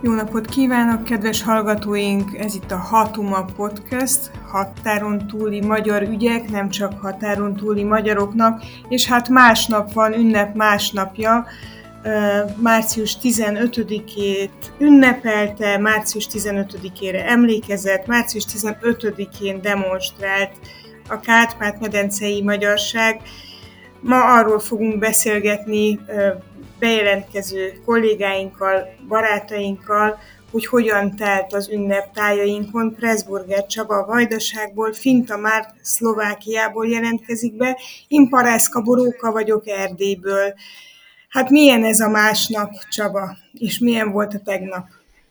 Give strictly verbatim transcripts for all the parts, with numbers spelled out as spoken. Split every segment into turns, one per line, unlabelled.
Jó napot kívánok, kedves hallgatóink! Ez itt a Hatuma Podcast, határon túli magyar ügyek, nem csak határon túli magyaroknak, és hát másnap van, ünnep másnapja, március tizenötödikét ünnepelte, március tizenötödikére emlékezett, március tizenötödikén demonstrált a Kárpát-medencei magyarság. Ma arról fogunk beszélgetni bejelentkező kollégáinkkal, barátainkkal, hogy hogyan telt az ünnep tájainkon. Pressburger Csaba a Vajdaságból, Finta Márk Szlovákiából jelentkezik be, én Parászka Boróka vagyok Erdélyből. Hát milyen ez a másnap, Csaba, és milyen volt a tegnap?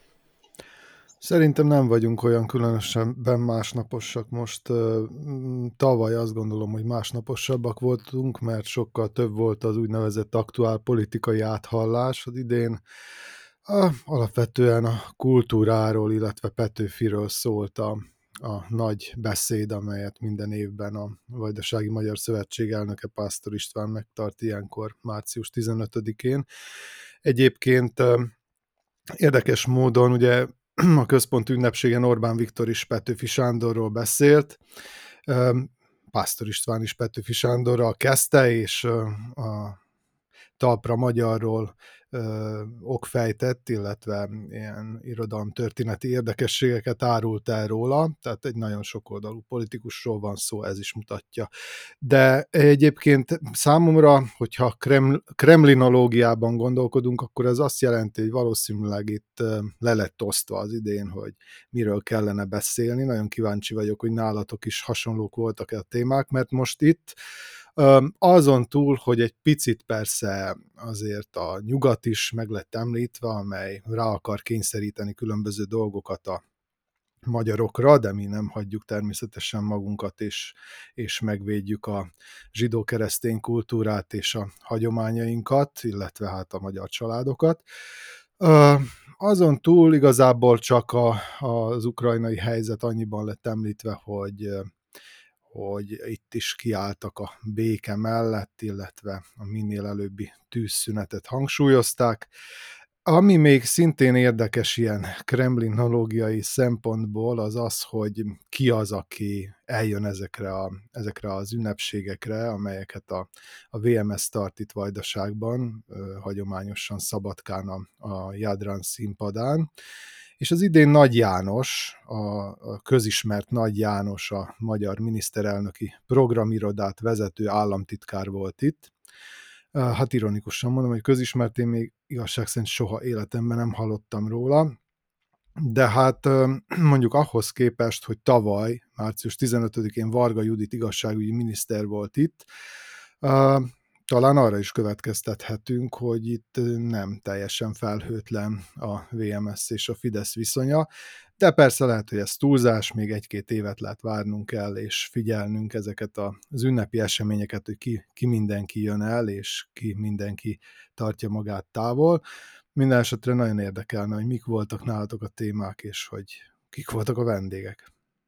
Szerintem nem vagyunk olyan különösebben másnaposak most. Tavaly azt gondolom, hogy másnaposabbak voltunk, mert sokkal több volt az úgynevezett aktuál politikai áthallás az idén. Alapvetően a kultúráról, illetve Petőfiről szólt a, a nagy beszéd, amelyet minden évben a Vajdasági Magyar Szövetség elnöke Pásztor István megtart ilyenkor március tizenötödikén. Egyébként érdekes módon ugye a központ ünnepségen Orbán Viktor is Petőfi Sándorról beszélt, Pásztor István is Petőfi Sándorral kezdte, és a talpra magyarról okfejtett, illetve ilyen irodalomtörténeti érdekességeket árult el róla, tehát egy nagyon sokoldalú politikusról van szó, ez is mutatja. De egyébként számomra, hogyha kreml- kremlinológiában gondolkodunk, akkor ez azt jelenti, hogy valószínűleg itt le lett osztva az idén, hogy miről kellene beszélni. Nagyon kíváncsi vagyok, hogy nálatok is hasonlók voltak-e a témák, mert most itt azon túl, hogy egy picit persze azért a nyugat is meg lett említve, amely rá akar kényszeríteni különböző dolgokat a magyarokra, de mi nem hagyjuk természetesen magunkat, és, és megvédjük a zsidó-keresztény kultúrát és a hagyományainkat, illetve hát a magyar családokat. Azon túl igazából csak a, az ukrajnai helyzet annyiban lett említve, hogy hogy itt is kiálltak a béke mellett, illetve a minél előbbi tűzszünetet hangsúlyozták. Ami még szintén érdekes ilyen kremlinológiai szempontból, az az, hogy ki az, aki eljön ezekre, a, ezekre az ünnepségekre, amelyeket a, a vé em es tart itt Vajdaságban, hagyományosan Szabadkán a, a Jádrán színpadán. És az idén Nagy János, a közismert Nagy János, a magyar miniszterelnöki programirodát vezető államtitkár volt itt. Hát ironikusan mondom, hogy közismert, én még igazság szerint soha életemben nem hallottam róla, de hát mondjuk ahhoz képest, hogy tavaly, március tizenötödikén Varga Judit igazságügyi miniszter volt itt, talán arra is következtethetünk, hogy itt nem teljesen felhőtlen a vé em es és a Fidesz viszonya, de persze lehet, hogy ez túlzás, még egy-két évet lehet várnunk kell, és figyelnünk ezeket az ünnepi eseményeket, hogy ki, ki mindenki jön el, és ki mindenki tartja magát távol. Minden esetre nagyon érdekelne, hogy mik voltak nálatok a témák, és hogy kik voltak a vendégek.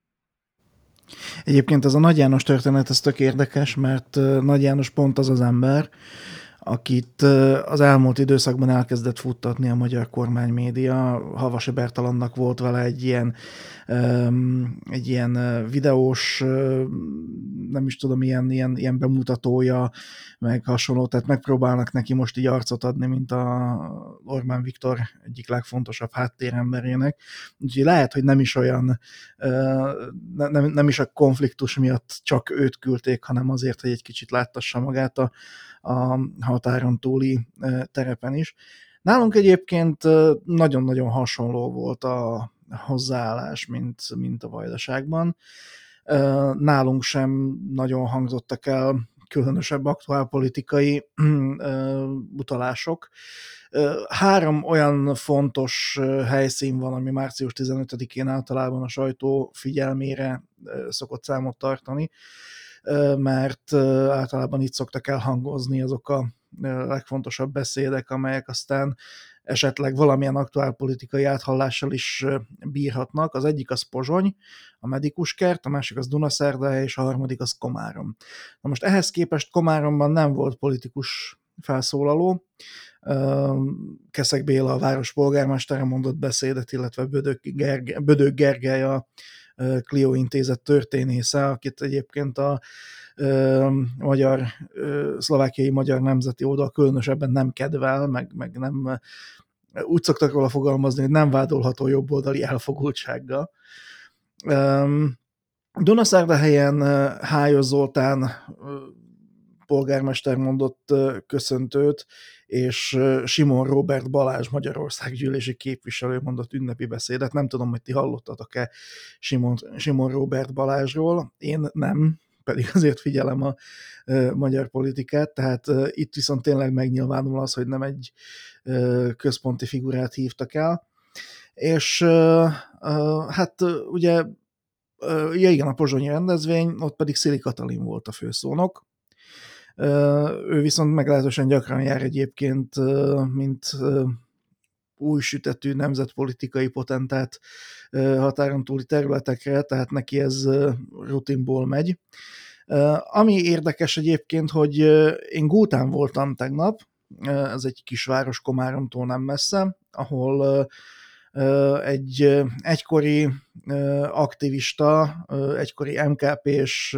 Egyébként ez a Nagy János történet, ez tök érdekes, mert Nagy János pont az az ember, akit az elmúlt időszakban elkezdett futtatni a magyar kormánymédia. Havasi Bertalannak volt vele egy ilyen, egy ilyen videós, nem is tudom, ilyen, ilyen, ilyen bemutatója, meg hasonló, tehát megpróbálnak neki most így arcot adni, mint a Orbán Viktor egyik legfontosabb háttéremberének. Úgyhogy lehet, hogy nem is olyan, nem, nem is a konfliktus miatt csak őt küldték, hanem azért, hogy egy kicsit láttassa magát a, a határon túli terepen is. Nálunk egyébként nagyon-nagyon hasonló volt a hozzáállás, mint, mint a Vajdaságban. Nálunk sem nagyon hangzottak el különösebb aktuálpolitikai utalások. Három olyan fontos helyszín van, ami március tizenötödikén általában a sajtó figyelmére szokott számot tartani, mert általában itt szoktak elhangozni azok a legfontosabb beszédek, amelyek aztán esetleg valamilyen aktuálpolitikai áthallással is bírhatnak. Az egyik az Pozsony, a Medikuskert, a másik az Dunaszerdahely, és a harmadik az Komárom. Na most ehhez képest Komáromban nem volt politikus felszólaló, Keszek Béla, a város polgármestere mondott beszédet, illetve Bödök Gergely, Bödök Gergely a Clio Intézet történésze, akit egyébként a magyar, szlovákiai magyar nemzeti oldal különösebben nem kedvel, meg, meg nem, úgy szoktak róla fogalmazni, hogy nem vádolható jobboldali elfogultsággal. Dunaszerdahelyen Hályos Zoltán polgármester mondott köszöntőt, és Simon Róbert Balázs magyarországgyűlési képviselő mondott ünnepi beszédet. Nem tudom, hogy ti hallottatok-e Simon, Simon Róbert Balázsról. Én nem, pedig azért figyelem a magyar politikát, tehát itt viszont tényleg megnyilvánul az, hogy nem egy központi figurát hívtak el. És hát ugye, ja igen, a pozsonyi rendezvény, ott pedig Szili Katalin volt a főszónok. Ő viszont meglehetősen gyakran jár egyébként, mint új sütetű nemzetpolitikai potentát határon túli területekre, tehát neki ez rutinból megy. Ami érdekes egyébként, hogy én Gútán voltam tegnap, ez egy kisváros Komáromtól nem messze, ahol egy egykori aktivista, egykori em ká pés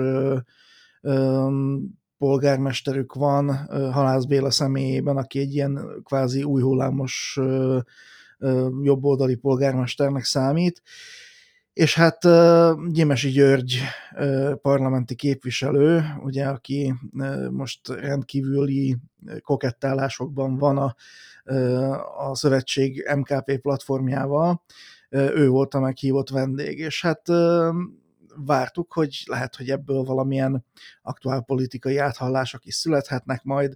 polgármesterük van Halász Béla személyében, aki egy ilyen kvázi új hullámos jobboldali polgármesternek számít, és hát Gyimesi György parlamenti képviselő, ugye, aki most rendkívüli kokettálásokban van a, a szövetség em ká pé platformjával, ő volt a meghívott vendég, és hát vártuk, hogy lehet, hogy ebből valamilyen aktuál politikai áthallások is születhetnek majd,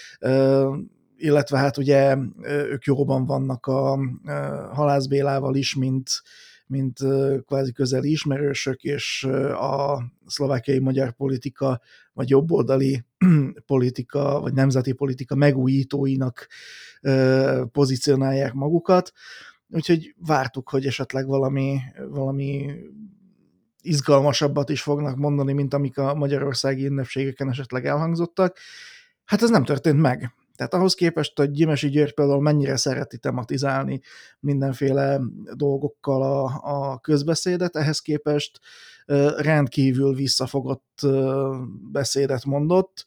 illetve hát ugye ők jóban vannak a Halász Bélával is, mint, mint kvázi közeli ismerősök, és a szlovákiai magyar politika, vagy jobboldali politika, vagy nemzeti politika megújítóinak pozícionálják magukat. Úgyhogy vártuk, hogy esetleg valami, valami izgalmasabbat is fognak mondani, mint amik a magyarországi ünnepségeken esetleg elhangzottak. Hát ez nem történt meg. Tehát ahhoz képest, hogy Gyimesi György például mennyire szereti tematizálni mindenféle dolgokkal a, a közbeszédet, ehhez képest rendkívül visszafogott beszédet mondott,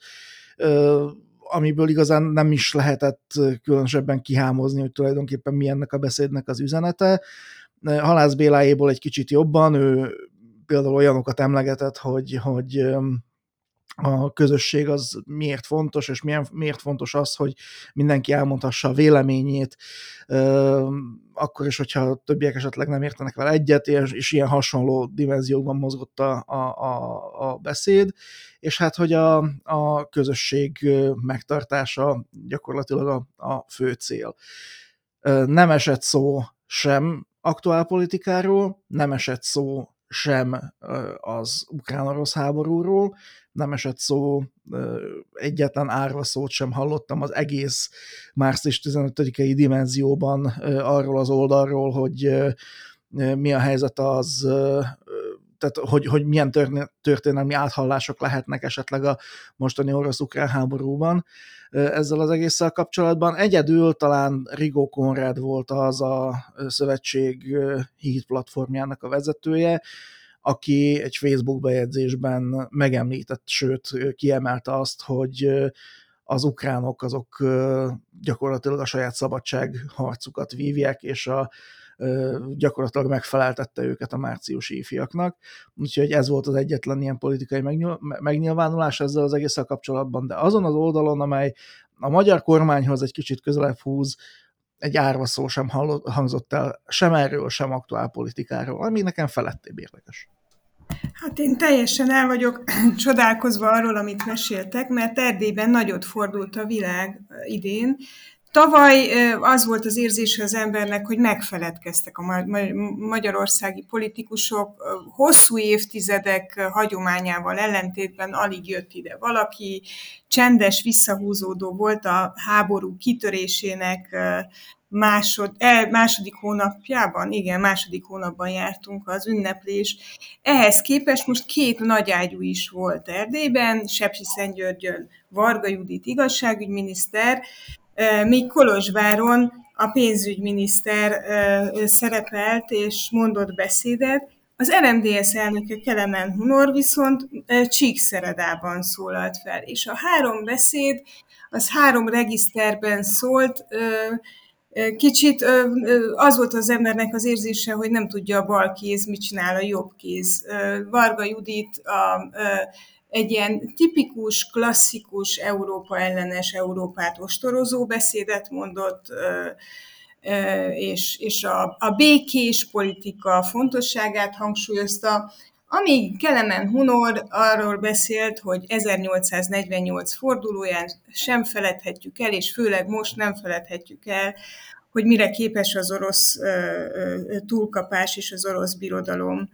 amiből igazán nem is lehetett különösebben kihámozni, hogy tulajdonképpen mi ennek a beszédnek az üzenete. Halász Béláéból egy kicsit jobban, ő például olyanokat emlegetett, hogy, hogy a közösség az miért fontos, és miért fontos az, hogy mindenki elmondhassa a véleményét, akkor is, hogyha többiek esetleg nem értenek vele egyet, és, és ilyen hasonló dimenziókban mozgott a, a, a beszéd, és hát, hogy a, a közösség megtartása gyakorlatilag a, a fő cél. Nem esett szó sem aktuálpolitikáról, nem esett szó sem az ukrán-orosz háborúról, nem esett szó, egyetlen árva szót sem hallottam az egész március tizenötödikei dimenzióban arról az oldalról, hogy mi a helyzet az, tehát hogy, hogy milyen történelmi áthallások lehetnek esetleg a mostani orosz-ukrán háborúban ezzel az egésszel kapcsolatban. Egyedül talán Rigó Konrád volt az a szövetség híd platformjának a vezetője, aki egy Facebook bejegyzésben megemlített, sőt kiemelte azt, hogy az ukránok azok gyakorlatilag a saját szabadságharcukat vívják, és a, gyakorlatilag megfeleltette őket a márciusi ifjaknak. Úgyhogy ez volt az egyetlen ilyen politikai megnyilvánulás ezzel az egésszel kapcsolatban, de azon az oldalon, amely a magyar kormányhoz egy kicsit közelebb húz, egy árva szó sem hangzott el, sem erről, sem aktuálpolitikáról, ami nekem felettébb érdekes.
Hát én teljesen el vagyok csodálkozva arról, amit meséltek, mert Erdélyben nagyot fordult a világ idén. Tavaly az volt az érzése az embernek, hogy megfeledkeztek a magyarországi politikusok, hosszú évtizedek hagyományával ellentétben alig jött ide valaki, csendes, visszahúzódó volt a háború kitörésének másod, el, második hónapjában, igen, második hónapban jártunk az ünneplés. Ehhez képest most két nagyágyú is volt Erdélyben, Sepsiszentgyörgyön Varga Judit igazságügyminiszter, míg Kolozsváron a pénzügyminiszter szerepelt és mondott beszédet, az er em dé es elnöke Kelemen Hunor viszont Csíkszeredában szólalt fel, és a három beszéd, az három regiszterben szólt. Kicsit az volt az embernek az érzése, hogy nem tudja a bal kéz, mit csinál a jobb kéz. Varga Judit a, egy ilyen tipikus, klasszikus, Európa ellenes, Európát ostorozó beszédet mondott, és, és a, a békés politika fontosságát hangsúlyozta, amíg Kelemen Hunor arról beszélt, hogy ezernyolcszáznegyvennyolc fordulóján sem feledhetjük el, és főleg most nem feledhetjük el, hogy mire képes az orosz túlkapás és az orosz birodalom.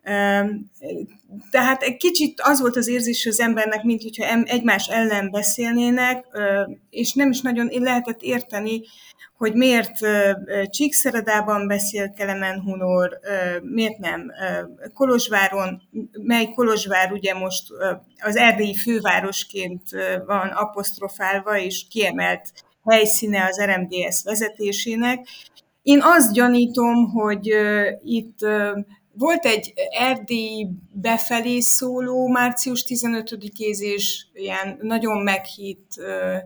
Tehát egy kicsit az volt az érzés az embernek, mint hogyha egymás ellen beszélnének, és nem is nagyon lehetett érteni, hogy miért Csíkszeredában beszél Kelemen Hunor, miért nem Kolozsváron, mely Kolozsvár ugye most az erdélyi fővárosként van apostrofálva, és kiemelt helyszíne az er em dé es vezetésének. Én azt gyanítom, hogy itt volt egy erdélyi befelé szóló március tizenötödikézés, ilyen nagyon meghitt,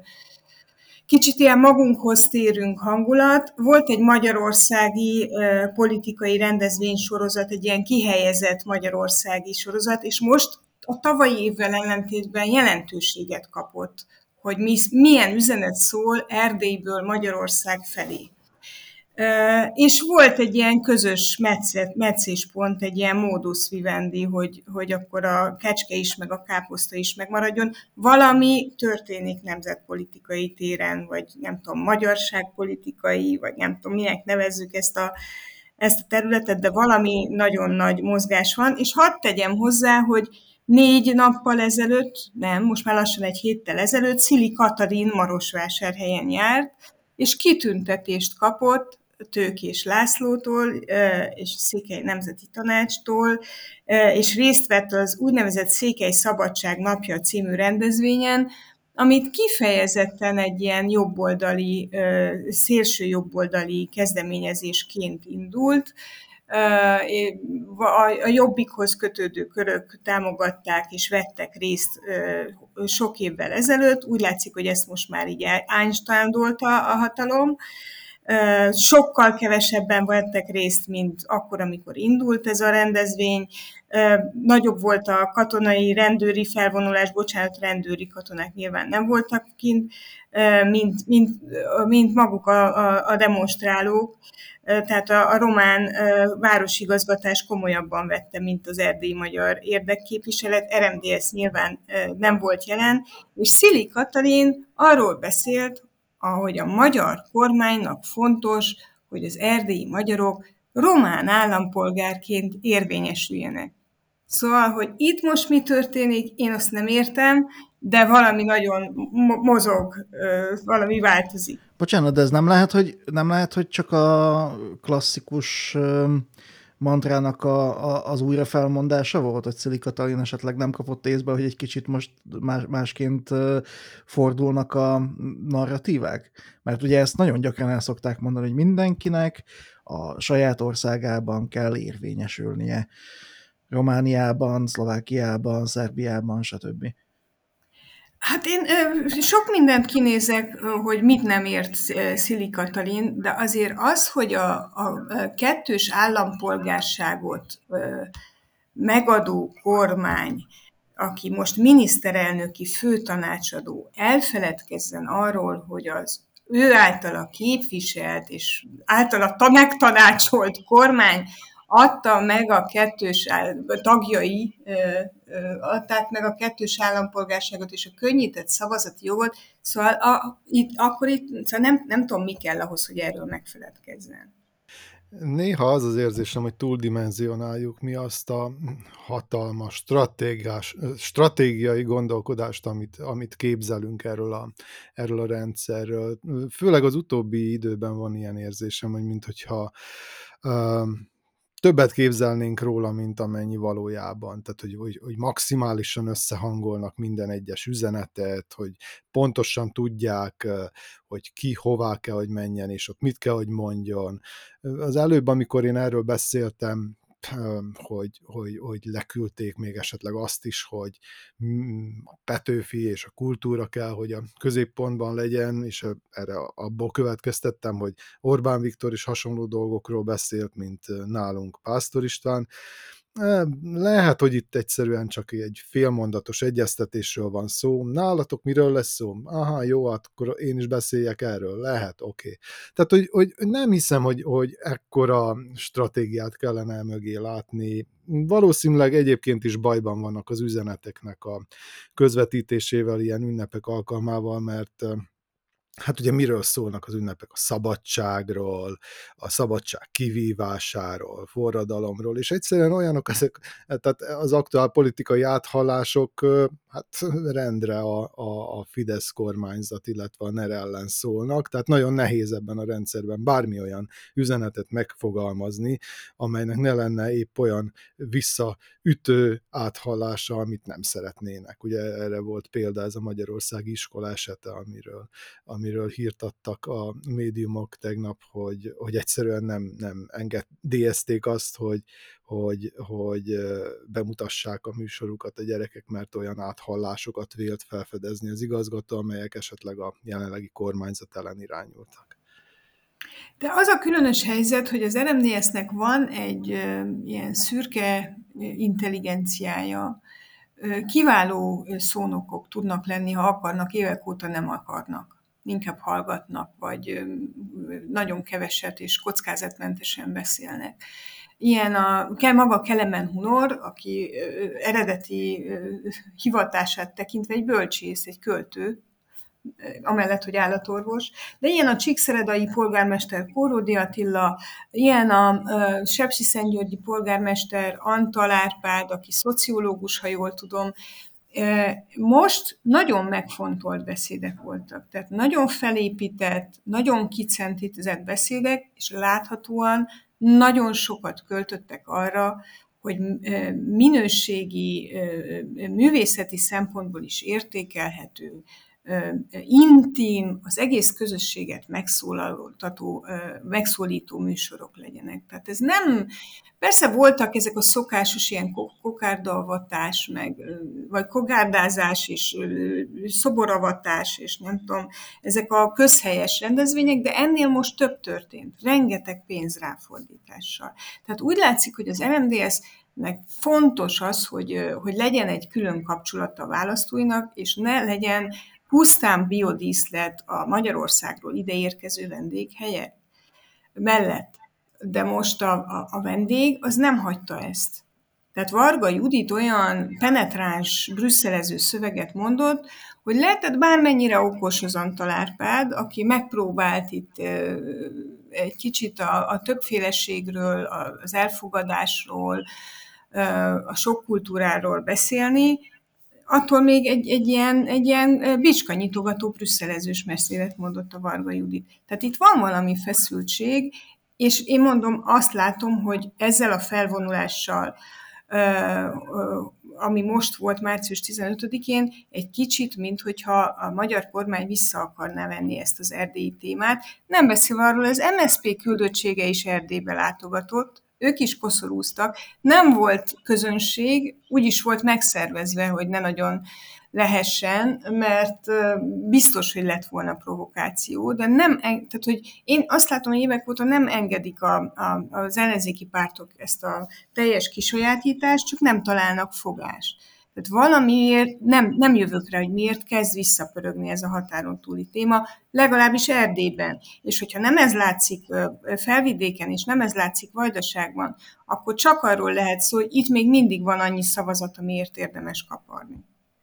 kicsit ilyen magunkhoz térünk hangulat. Volt egy magyarországi politikai rendezvénysorozat, egy ilyen kihelyezett magyarországi sorozat, és most a tavalyi évvel ellentétben jelentőséget kapott, hogy mi, milyen üzenet szól Erdélyből Magyarország felé. Uh, és volt egy ilyen közös meccéspont, egy ilyen modus vivendi, hogy, hogy akkor a kecske is, meg a káposzta is megmaradjon. Valami történik nemzetpolitikai téren, vagy nem tudom, magyarságpolitikai, vagy nem tudom, minek nevezzük ezt a, ezt a területet, de valami nagyon nagy mozgás van. És hadd tegyem hozzá, hogy négy nappal ezelőtt, nem, most már lassan egy héttel ezelőtt Szili Katalin Marosvásárhelyen járt, és kitüntetést kapott Tőkés Lászlótól és a Székely Nemzeti Tanácstól, és részt vett az úgynevezett Székely Szabadság Napja című rendezvényen, amit kifejezetten egy ilyen jobboldali, szélső jobboldali kezdeményezésként indult. A Jobbikhoz kötődő körök támogatták és vettek részt sok évvel ezelőtt. Úgy látszik, hogy ezt most már így Einstein-dolta a hatalom. Sokkal kevesebben vettek részt, mint akkor, amikor indult ez a rendezvény. Nagyobb volt a katonai rendőri felvonulás, bocsánat, rendőri katonák nyilván nem voltak kint, mint, mint, mint maguk a, a, a demonstrálók. Tehát a, a román városigazgatás komolyabban vette, mint az erdélyi magyar érdekképviselet. er em dé es nyilván nem volt jelen, és Szili Katalin arról beszélt, ahogy a magyar kormánynak fontos, hogy az erdélyi magyarok román állampolgárként érvényesüljenek. Szóval, hogy itt most mi történik, én azt nem értem, de valami nagyon mozog, valami változik.
Bocsánat, de ez nem lehet, hogy, nem lehet, hogy csak a klasszikus mantrának a, a, az újrafelmondása volt, hogy Szili Katalin esetleg nem kapott észbe, hogy egy kicsit most más, másként fordulnak a narratívák? Mert ugye ezt nagyon gyakran el szokták mondani, hogy mindenkinek a saját országában kell érvényesülnie. Romániában, Szlovákiában, Szerbiában, stb.
Hát én sok mindent kinézek, hogy mit nem ért Szili Katalin, de azért az, hogy a, a kettős állampolgárságot megadó kormány, aki most miniszterelnöki főtanácsadó, elfeledkezzen arról, hogy az ő általa képviselt és általa megtanácsolt kormány adta meg a kettős tagjai, adták meg a kettős állampolgárságot és a könnyített szavazati jogot, szóval a, itt, akkor itt szóval nem, nem tudom, mi kell ahhoz, hogy erről megfeledkezzen.
Néha az az érzésem, hogy túldimenzionáljuk mi azt a hatalmas, stratégiás, stratégiai gondolkodást, amit, amit képzelünk erről a, erről a rendszerről. Főleg az utóbbi időben van ilyen érzésem, hogy minthogyha uh, többet képzelnénk róla, mint amennyi valójában. Tehát, hogy, hogy, hogy maximálisan összehangolnak minden egyes üzenetet, hogy pontosan tudják, hogy ki hová kell, hogy menjen, és ott mit kell, hogy mondjon. Az előbb, amikor én erről beszéltem, hogy, hogy, hogy leküldték még esetleg azt is, hogy a Petőfi és a kultúra kell, hogy a középpontban legyen, és erre abból következtettem, hogy Orbán Viktor is hasonló dolgokról beszélt, mint nálunk Pásztor István. Lehet, hogy itt egyszerűen csak egy félmondatos egyeztetésről van szó. Nálatok miről lesz szó? Aha, jó, hát akkor én is beszéljek erről. Lehet, oké. Okay. Tehát, hogy, hogy nem hiszem, hogy, hogy ekkora stratégiát kellene mögé látni. Valószínűleg egyébként is bajban vannak az üzeneteknek a közvetítésével, ilyen ünnepek alkalmával, mert hát ugye miről szólnak az ünnepek? A szabadságról, a szabadság kivívásáról, forradalomról, és egyszerűen olyanok ezek, tehát az aktuál politikai áthallások hát rendre a, a, a Fidesz kormányzat, illetve a NER ellen szólnak, tehát nagyon nehéz ebben a rendszerben bármi olyan üzenetet megfogalmazni, amelynek ne lenne épp olyan visszaütő áthallása, amit nem szeretnének. Ugye erre volt példa ez a magyarországi iskola esete, amiről, amiről hírt adtak a médiumok tegnap, hogy, hogy egyszerűen nem, nem engedélyezték azt, hogy, hogy, hogy bemutassák a műsorukat a gyerekek, mert olyan áthallásokat vélt felfedezni az igazgató, amelyek esetleg a jelenlegi kormányzat ellen irányultak.
De az a különös helyzet, hogy az er em dé es-nek van egy ö, ilyen szürke intelligenciája, ö, kiváló szónokok tudnak lenni, ha akarnak, évek óta nem akarnak. Inkább hallgatnak, vagy ö, nagyon keveset és kockázatmentesen beszélnek. Ilyen a, kell maga Kelemen Hunor, aki ö, eredeti ö, hivatását tekintve egy bölcsész, egy költő, amellett, hogy állatorvos, de ilyen a csíkszeredai polgármester Kóródi Attila, ilyen a sepsiszentgyörgyi polgármester Antal Árpád, aki szociológus, ha jól tudom. Most nagyon megfontolt beszédek voltak, tehát nagyon felépített, nagyon kicentralizett beszédek, és láthatóan nagyon sokat költöttek arra, hogy minőségi, művészeti szempontból is értékelhető, intim, az egész közösséget megszólaltató, megszólító műsorok legyenek. Tehát ez nem, persze voltak ezek a szokásos ilyen kokárdaavatás, meg, vagy kogárdázás, és szoboravatás, és nem tudom, ezek a közhelyes rendezvények, de ennél most több történt, rengeteg pénz ráfordítással. Tehát úgy látszik, hogy az er em dé es-nek fontos az, hogy, hogy legyen egy külön kapcsolata a választóinak, és ne legyen pusztán biodíszlet a Magyarországról ideérkező vendég helyett mellett. De most a, a, a vendég az nem hagyta ezt. Tehát Varga Judit olyan penetráns, brüsszelező szöveget mondott, hogy lehetett bármennyire okos az Antal Árpád, aki megpróbált itt egy kicsit a, a többféleségről, az elfogadásról, a sok kultúráról beszélni, attól még egy, egy ilyen, egy ilyen bicskanyitogató brüsszelezős beszédet mondott a Varga Judit. Tehát itt van valami feszültség, és én mondom, azt látom, hogy ezzel a felvonulással, ami most volt március tizenötödikén, egy kicsit, minthogyha a magyar kormány vissza akarná venni ezt az erdélyi témát. Nem beszél arról, az em es zé pé küldöttsége is Erdélybe látogatott, ők is koszorúztak, nem volt közönség, úgy is volt megszervezve, hogy ne nagyon lehessen, mert biztos, hogy lett volna provokáció, de nem, tehát hogy én azt látom, hogy évek óta nem engedik a, a, az ellenzéki pártok ezt a teljes kisajátítást, csak nem találnak fogást. Tehát valamiért nem, nem jövök rá, hogy miért kezd visszapörögni ez a határon túli téma, legalábbis Erdélyben. És hogyha nem ez látszik Felvidéken, és nem ez látszik Vajdaságban, akkor csak arról lehet szó, hogy itt még mindig van annyi szavazat, amiért érdemes kaparni.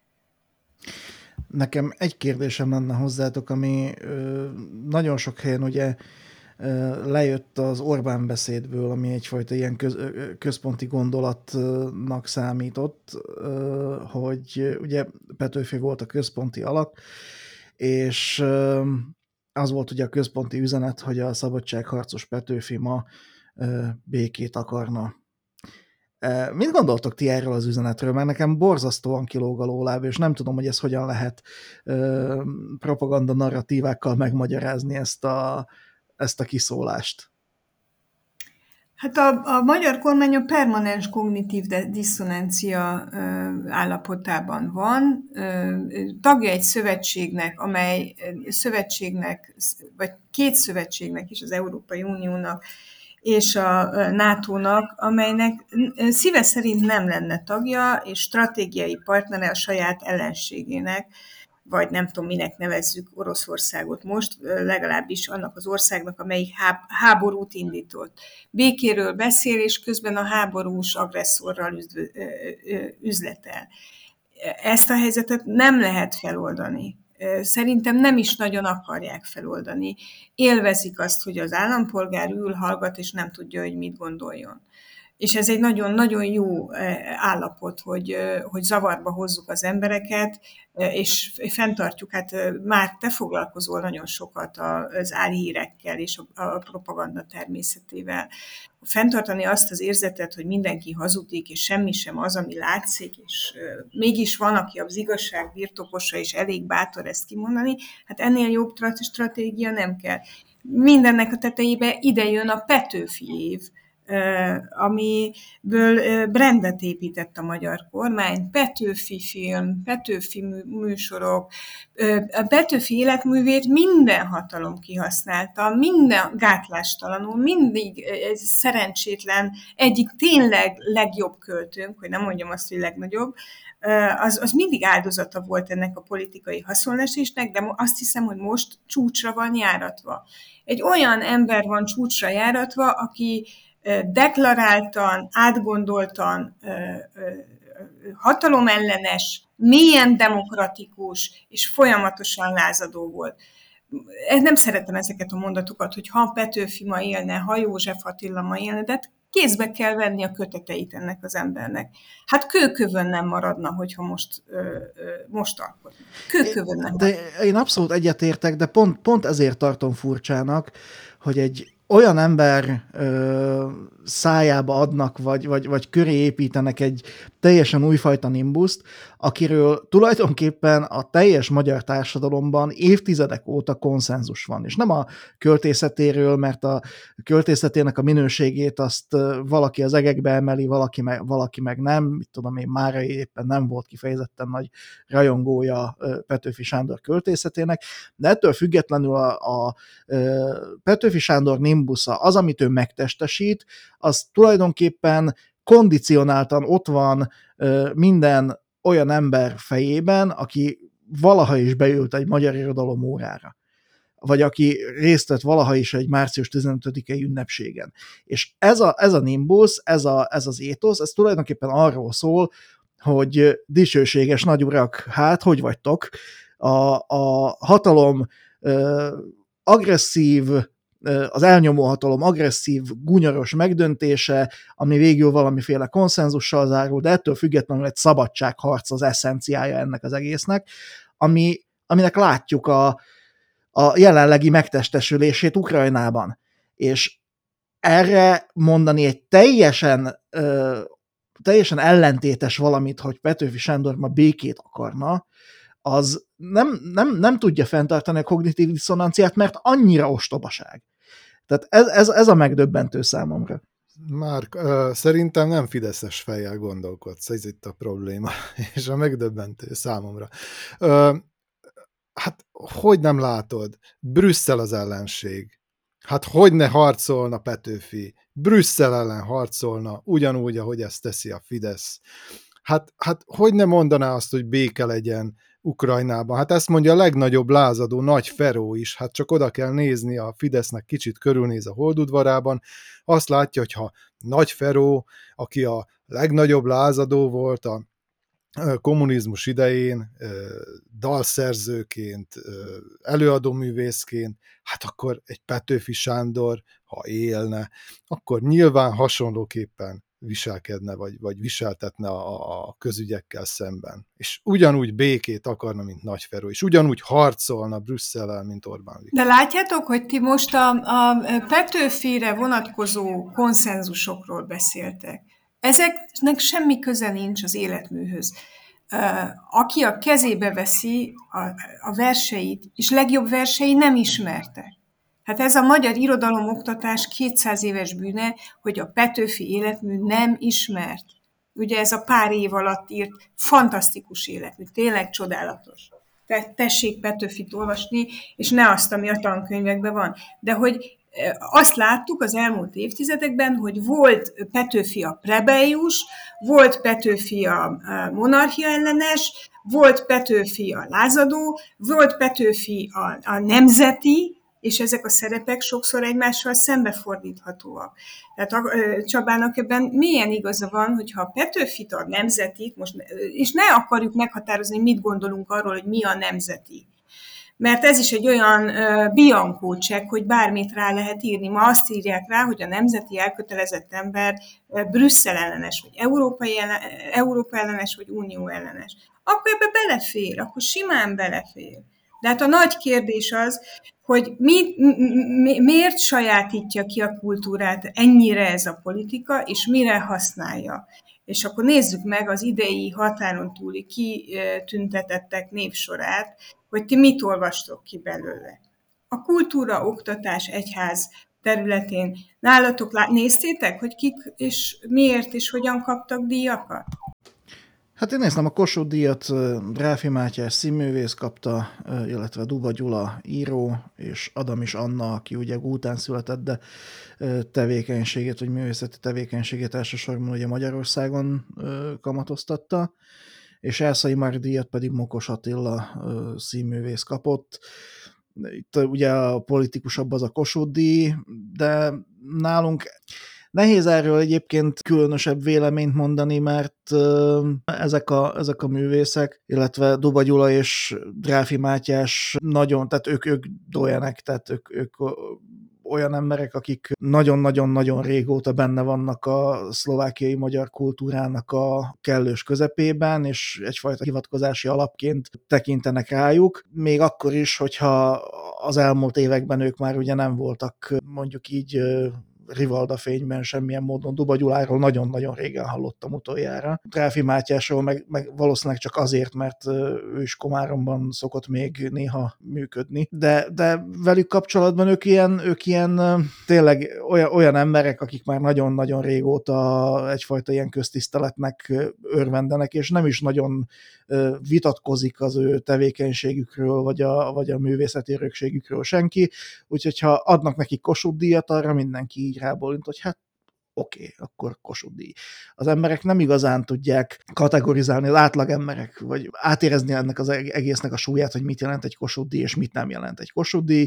Nekem egy kérdésem lenne hozzátok, ami ö, nagyon sok helyen ugye ö, lejött az Orbán beszédből, ami egyfajta ilyen köz, központi gondolatnak számított, ö, hogy ugye Petőfi volt a központi alak, és ö, az volt ugye a központi üzenet, hogy a szabadságharcos Petőfi ma békét akarna. Mit gondoltok ti erről az üzenetről? Mert nekem borzasztóan kilóg a lóláb, és nem tudom, hogy ezt hogyan lehet propaganda narratívákkal megmagyarázni ezt a, ezt a kiszólást.
Hát a, a magyar kormány a permanens kognitív diszonancia állapotában van. Tagja egy szövetségnek, amely szövetségnek, vagy két szövetségnek is, az Európai Uniónak és a nátónak, amelynek szíve szerint nem lenne tagja, és stratégiai partnere a saját ellenségének, vagy nem tudom, minek nevezzük Oroszországot most, legalábbis annak az országnak, amelyik háborút indított. Békéről beszél, és közben a háborús agresszorral üzletel. Ezt a helyzetet nem lehet feloldani. Szerintem nem is nagyon akarják feloldani. Élvezik azt, hogy az állampolgár ül, hallgat, és nem tudja, hogy mit gondoljon. És ez egy nagyon-nagyon jó állapot, hogy, hogy zavarba hozzuk az embereket, és fenntartjuk, hát már te foglalkozol nagyon sokat az álhírekkel és a propaganda természetével. Fenntartani azt az érzetet, hogy mindenki hazudik, és semmi sem az, ami látszik, és mégis van, aki az igazság birtokosa, és elég bátor ezt kimondani, hát ennél jobb stratégia nem kell. Mindennek a tetejébe ide jön a Petőfi év, amiből brandet épített a magyar kormány, Petőfi film, Petőfi műsorok, a Petőfi életművét minden hatalom kihasználta, minden gátlástalanul, mindig szerencsétlen, egyik tényleg legjobb költőnk, hogy nem mondjam azt, hogy legnagyobb, az, az mindig áldozata volt ennek a politikai haszonlesésnek, de azt hiszem, hogy most csúcsra van járatva. Egy olyan ember van csúcsra járatva, aki deklaráltan, átgondoltan, hatalomellenes, mélyen demokratikus és folyamatosan lázadó volt. Nem szeretem ezeket a mondatokat, hogy ha Petőfi ma élne, ha József Attila ma élne, de kézbe kell venni a köteteit ennek az embernek. Hát kőkövön nem maradna, hogyha most, most alkotna. Kőkövön nem
De
maradna.
én abszolút egyetértek, de pont, pont ezért tartom furcsának, hogy egy olyan ember ö, szájába adnak, vagy, vagy, vagy köré építenek egy teljesen újfajta nimbuszt, akiről tulajdonképpen a teljes magyar társadalomban évtizedek óta konszenzus van. És nem a költészetéről, mert a költészetének a minőségét azt valaki az egekbe emeli, valaki meg, valaki meg nem. Mit tudom én, Márai éppen nem volt kifejezetten nagy rajongója Petőfi Sándor költészetének, de ettől függetlenül a, a Petőfi Sándor nimbusza, az, amit ő megtestesít, az tulajdonképpen kondicionáltan ott van minden olyan ember fejében, aki valaha is beült egy magyar irodalom órára, vagy aki részt vett valaha is egy március tizenötödikei ünnepségen. És ez a, ez a nimbus, ez, a, ez az étosz, ez tulajdonképpen arról szól, hogy dicsőséges nagyurak, hát hogy vagytok? A, a hatalom ö, agresszív, az elnyomó hatalom agresszív, gunyoros megdöntése, ami végül valamiféle konszenzussal zárul, de ettől függetlenül egy szabadságharc az eszenciája ennek az egésznek, ami, aminek látjuk a, a jelenlegi megtestesülését Ukrajnában. És erre mondani egy teljesen, ö, teljesen ellentétes valamit, hogy Petőfi Sándor ma békét akarna, az nem, nem, nem tudja fenntartani a kognitív diszonanciát, mert annyira ostobaság. Tehát ez, ez, ez a megdöbbentő számomra.
Márk, uh, szerintem nem fideszes fejjel gondolkodsz, ez itt a probléma, és a megdöbbentő számomra. Uh, hát hogy nem látod? Brüsszel az ellenség. Hát hogy ne harcolna Petőfi? Brüsszel ellen harcolna, ugyanúgy, ahogy ezt teszi a Fidesz. Hát, hát hogy ne mondaná azt, hogy béke legyen Ukrajnában? Hát ezt mondja a legnagyobb lázadó Nagy Feró is, hát csak oda kell nézni, a Fidesznek kicsit körülnéz a Holdudvarában, azt látja, hogy ha Nagy Feró, aki a legnagyobb lázadó volt a kommunizmus idején, dalszerzőként, előadóművészként, hát akkor egy Petőfi Sándor, ha élne, akkor nyilván hasonlóképpen viselkedne, vagy, vagy viseltetne a, a közügyekkel szemben. És ugyanúgy békét akarna, mint Nagyferó, és ugyanúgy harcolna Brüsszellel, mint Orbán Viktor.
De látjátok, hogy ti most a, a Petőfire vonatkozó konszenzusokról beszéltek. Ezeknek semmi köze nincs az életműhöz. Aki a kezébe veszi a, a verseit, és legjobb versei nem ismertek. Hát ez a magyar irodalomoktatás kétszáz éves bűne, hogy a Petőfi életmű nem ismert. Ugye ez a pár év alatt írt fantasztikus életmű, tényleg csodálatos. Te, tessék Petőfit olvasni, és ne azt, ami a tankönyvekben van. De hogy azt láttuk az elmúlt évtizedekben, hogy volt Petőfi a plebeius, volt Petőfi a monarchia ellenes, volt Petőfi a lázadó, volt Petőfi a, a nemzeti, és ezek a szerepek sokszor egymással szembefordíthatóak. Tehát a Csabának ebben milyen igaza van, hogyha a Petőfit, a nemzetit, most, és ne akarjuk meghatározni, mit gondolunk arról, hogy mi a nemzeti. Mert ez is egy olyan uh, biankó csekk, hogy bármit rá lehet írni. Ma azt írják rá, hogy a nemzeti elkötelezett ember uh, Brüsszel ellenes, vagy Európai ellen, Európa ellenes, vagy Unió ellenes. Akkor ebbe belefér, akkor simán belefér. De hát a nagy kérdés az, hogy mi, mi, miért sajátítja ki a kultúrát ennyire ez a politika, és mire használja. És akkor nézzük meg az idei határon túli kitüntetettek névsorát, hogy ti mit olvastok ki belőle. A kultúra, oktatás, egyház területén nálatok néztétek, hogy kik és miért és hogyan kaptak díjakat?
Hát én néztem a Kossuth-díjat, Gráfi Mátyás színművész kapta, illetve Duba Gyula író, és Adamis Anna, aki ugye után született, de tevékenységét, vagy művészeti tevékenységét elsősorban ugye Magyarországon kamatoztatta, és Elszai Márk díjat pedig Mokos Attila színművész kapott. Itt ugye a politikusabb az a Kossuth-díj, de nálunk nehéz erről egyébként különösebb véleményt mondani, mert ezek a, ezek a művészek, illetve Duba Gyula és Gráfi Mátyás nagyon, tehát ők, ők dolyanek, tehát ők, ők olyan emberek, akik nagyon-nagyon-nagyon régóta benne vannak a szlovákiai magyar kultúrának a kellős közepében, és egyfajta hivatkozási alapként tekintenek rájuk, még akkor is, hogyha az elmúlt években ők már ugye nem voltak mondjuk így Rivalda fényben semmilyen módon. Duba Gyuláról nagyon-nagyon régen hallottam utoljára. Gráfi Mátyásról meg, meg valószínűleg csak azért, mert ő is Komáromban szokott még néha működni. De, de velük kapcsolatban ők ilyen, ők ilyen tényleg olyan, olyan emberek, akik már nagyon-nagyon régóta egyfajta ilyen köztiszteletnek örvendenek, és nem is nagyon vitatkozik az ő tevékenységükről, vagy a, vagy a művészeti örökségükről senki. Úgyhogy ha adnak neki Kossuth-díjat, arra mindenki így rábólint, hogy hát oké, okay, akkor Kossuth-díj. Az emberek nem igazán tudják kategorizálni, az átlag emberek, vagy átérezni ennek az egésznek a súlyát, hogy mit jelent egy Kossuth-díj, és mit nem jelent egy Kossuth-díj.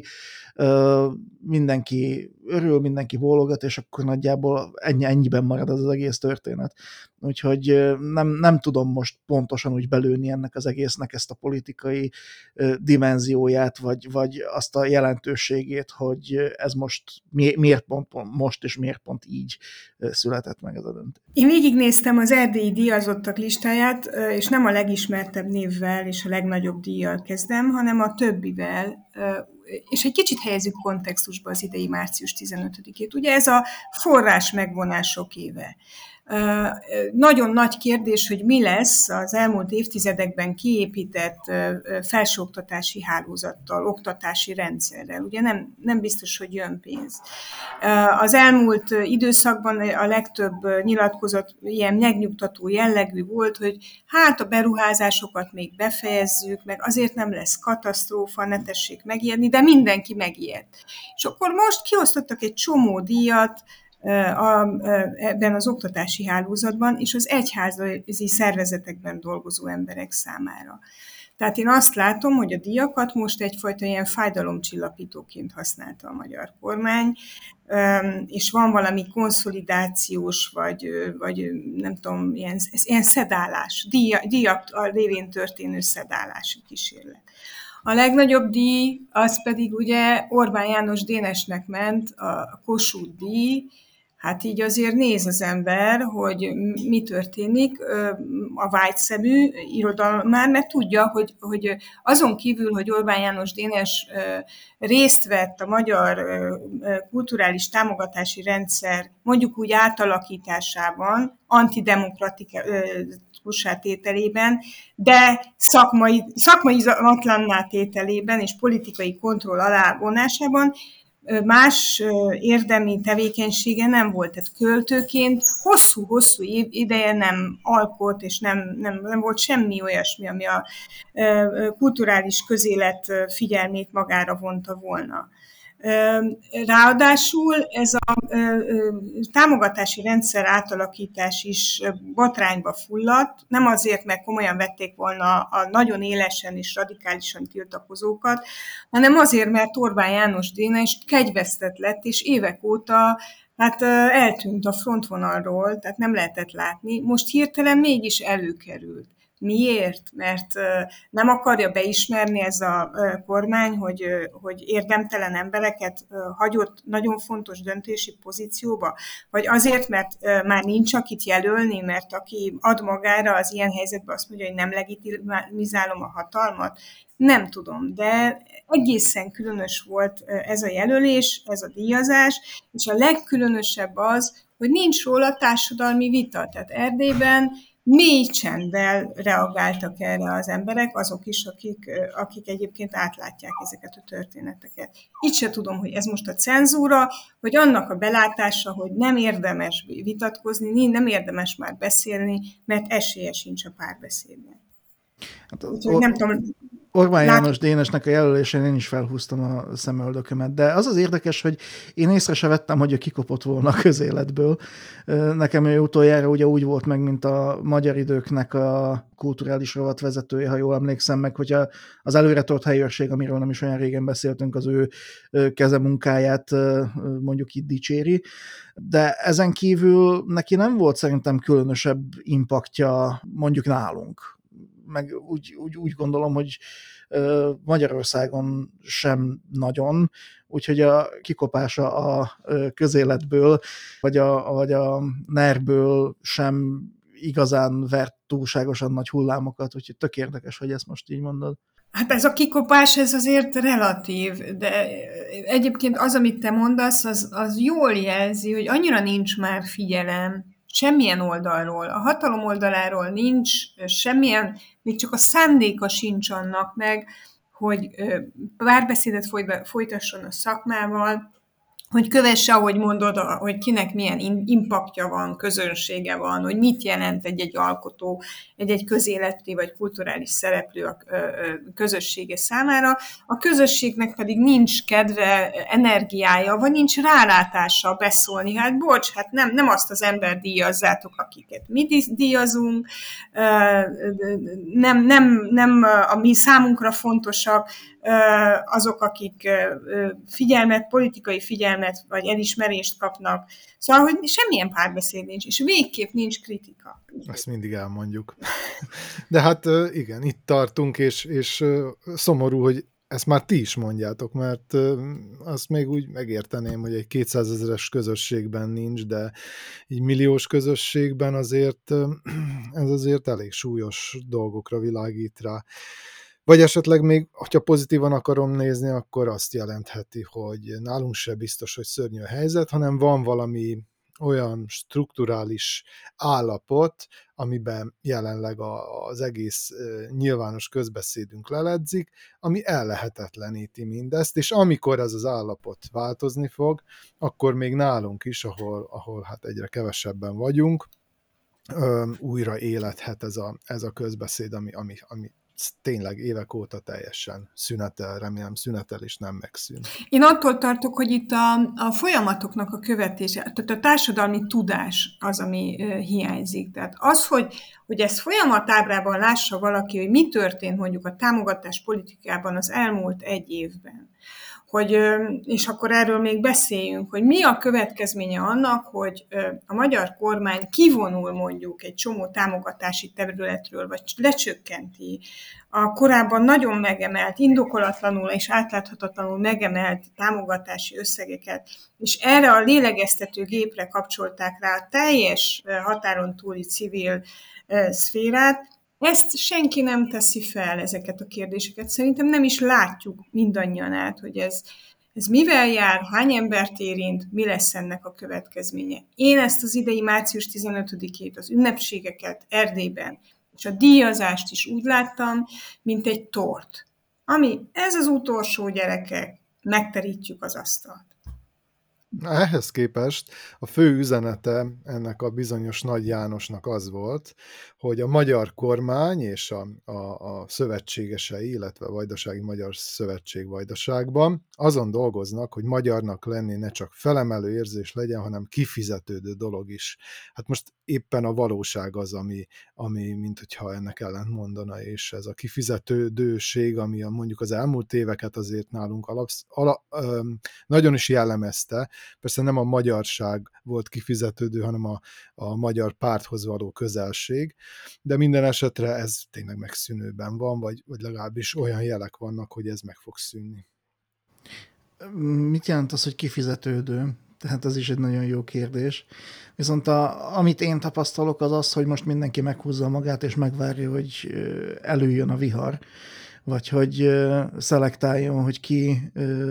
Mindenki örül, mindenki bólogat, és akkor nagyjából ennyi, ennyiben marad az, az egész történet. Úgyhogy nem, nem tudom most pontosan úgy belőni ennek az egésznek ezt a politikai dimenzióját, vagy, vagy azt a jelentőségét, hogy ez most mi, miért pont, pont most, és miért pont így született meg ez a döntés.
Én végignéztem az erdélyi díjazottak listáját, és nem a legismertebb névvel és a legnagyobb díjjal kezdem, hanem a többivel, és egy kicsit helyezzük kontextusba az idei március tizenötödikét. Ugye ez a forrás megvonások éve. Nagyon nagy kérdés, hogy mi lesz az elmúlt évtizedekben kiépített felsőoktatási hálózattal, oktatási rendszerrel. Ugye nem, nem biztos, hogy jön pénz. Az elmúlt időszakban a legtöbb nyilatkozat ilyen megnyugtató jellegű volt, hogy hát a beruházásokat még befejezzük, meg azért nem lesz katasztrófa, ne tessék megijedni, de mindenki megijedt. És akkor most kiosztottak egy csomó díjat, A, ebben az oktatási hálózatban, és az egyházi szervezetekben dolgozó emberek számára. Tehát én azt látom, hogy a díjakat most egyfajta ilyen fájdalomcsillapítóként használta a magyar kormány, és van valami konszolidációs, vagy, vagy nem tudom, ilyen, ilyen szedálás, díja, díjak révén történő szedálási kísérlet. A legnagyobb díj, az pedig ugye Orbán János Dénesnek ment, a Kossuth-díj, Hát így azért néz az ember, hogy mi történik a vágyszemű irodalmár, mert tudja, hogy, hogy azon kívül, hogy Orbán János Dénes részt vett a magyar kulturális támogatási rendszer mondjuk úgy átalakításában, antidemokratikussá tételében, de szakmai, szakmaiatlanná tételében és politikai kontroll alá vonásában más érdemi tevékenysége nem volt. Tehát költőként hosszú-hosszú ideje nem alkot, és nem, nem, nem volt semmi olyasmi, ami a kulturális közélet figyelmét magára vonta volna. Ráadásul ez a támogatási rendszer átalakítás is botrányba fulladt, nem azért, mert komolyan vették volna a nagyon élesen és radikálisan tiltakozókat, hanem azért, mert Orbán János Dénes kegyvesztett lett, és évek óta hát eltűnt a frontvonalról, tehát nem lehetett látni. Most hirtelen mégis előkerült. Miért? Mert nem akarja beismerni ez a kormány, hogy, hogy érdemtelen embereket hagyott nagyon fontos döntési pozícióba? Vagy azért, mert már nincs akit jelölni, mert aki ad magára az ilyen helyzetben azt mondja, hogy nem legitimizálom a hatalmat? Nem tudom, de egészen különös volt ez a jelölés, ez a díjazás, és a legkülönösebb az, hogy nincs róla társadalmi vita. Tehát Erdélyben mély csenddel reagáltak erre az emberek, azok is, akik, akik egyébként átlátják ezeket a történeteket. Itt se tudom, hogy ez most a cenzúra, vagy annak a belátása, hogy nem érdemes vitatkozni, nem érdemes már beszélni, mert esélye sincs a párbeszédnek.
Hát,
Úgyhogy or- nem tudom...
Orbán János Dénesnek a jelölésén én is felhúztam a szemöldökömet, de az az érdekes, hogy én észre se vettem, hogy ő kikopott volna a közéletből. Nekem ő utoljára ugye úgy volt meg, mint a Magyar Időknek a kulturális rovat vezetője, ha jól emlékszem meg, hogy az előretört helyőrség, amiről nem is olyan régen beszéltünk, az ő kezemunkáját mondjuk itt dicséri, de ezen kívül neki nem volt szerintem különösebb impaktja mondjuk nálunk. Meg úgy, úgy, úgy gondolom, hogy Magyarországon sem nagyon, úgyhogy a kikopása a közéletből, vagy a, vagy a nerből sem igazán vert túlságosan nagy hullámokat, úgyhogy tök érdekes, hogy ezt most így mondod.
Hát ez a kikopás, ez azért relatív, de egyébként az, amit te mondasz, az, az jól jelzi, hogy annyira nincs már figyelem, semmilyen oldalról, a hatalom oldaláról nincs semmilyen, még csak a szándéka sincs annak meg, hogy párbeszédet folytasson a szakmával, hogy kövesse, ahogy mondod, hogy kinek milyen impaktja van, közönsége van, hogy mit jelent egy-egy alkotó, egy-egy közéleti vagy kulturális szereplő a közössége számára. A közösségnek pedig nincs kedve, energiája, vagy nincs rálátása beszólni. Hát bocs, hát nem, nem azt az ember díjazzátok, akiket mi díjazunk, nem, nem, nem a mi számunkra fontosak, azok, akik figyelmet, politikai figyelmet vagy elismerést kapnak. Szóval, hogy semmilyen párbeszéd nincs, és végképp nincs kritika.
Ezt mindig elmondjuk. De hát igen, itt tartunk, és, és szomorú, hogy ezt már ti is mondjátok, mert azt még úgy megérteném, hogy egy kétszázezeres közösségben nincs, de egy milliós közösségben azért ez azért elég súlyos dolgokra világít rá. Vagy esetleg még, hogyha pozitívan akarom nézni, akkor azt jelentheti, hogy nálunk se biztos, hogy szörnyű a helyzet, hanem van valami olyan strukturális állapot, amiben jelenleg az egész nyilvános közbeszédünk leledzik, ami ellehetetleníti mindezt, és amikor ez az állapot változni fog, akkor még nálunk is, ahol, ahol hát egyre kevesebben vagyunk, újra élethet ez a, ez a közbeszéd, ami, ami, ami tényleg évek óta teljesen szünetel, remélem szünetel és nem megszűn.
Én attól tartok, hogy itt a, a folyamatoknak a követése, tehát a társadalmi tudás az, ami hiányzik. Tehát az, hogy, hogy ezt folyamatábrában lássa valaki, hogy mi történt mondjuk a támogatás politikában az elmúlt egy évben, hogy, és akkor erről még beszéljünk, hogy mi a következménye annak, hogy a magyar kormány kivonul mondjuk egy csomó támogatási területről, vagy lecsökkenti a korábban nagyon megemelt, indokolatlanul és átláthatatlanul megemelt támogatási összegeket, és erre a lélegeztető gépre kapcsolták rá a teljes határon túli civil szférát. Ezt senki nem teszi fel, ezeket a kérdéseket. Szerintem nem is látjuk mindannyian át, hogy ez, ez mivel jár, hány embert érint, mi lesz ennek a következménye. Én ezt az idei március tizenötödikét, az ünnepségeket Erdélyben, és a díjazást is úgy láttam, mint egy tort. Ami ez az utolsó, gyerekek, megterítjük az asztalt.
Ehhez képest a fő üzenete ennek a bizonyos Nagy Jánosnak az volt, hogy a magyar kormány és a, a, a szövetségesei, illetve a Vajdasági Magyar Szövetség Vajdaságban azon dolgoznak, hogy magyarnak lenni ne csak felemelő érzés legyen, hanem kifizetődő dolog is. Hát most éppen a valóság az, ami, ami mint hogyha ennek ellent mondana, és ez a kifizetődőség, ami a, mondjuk az elmúlt éveket azért nálunk alapsz, ala, öm, nagyon is jellemezte. Persze nem a magyarság volt kifizetődő, hanem a, a magyar párthoz való közelség, de minden esetre ez tényleg megszűnőben van, vagy, vagy legalábbis olyan jelek vannak, hogy ez meg fog szűnni.
Mit jelent az, hogy kifizetődő? Tehát ez is egy nagyon jó kérdés. Viszont a, amit én tapasztalok, az az, hogy most mindenki meghúzza magát, és megvárja, hogy előjön a vihar, vagy hogy szelektáljon, hogy ki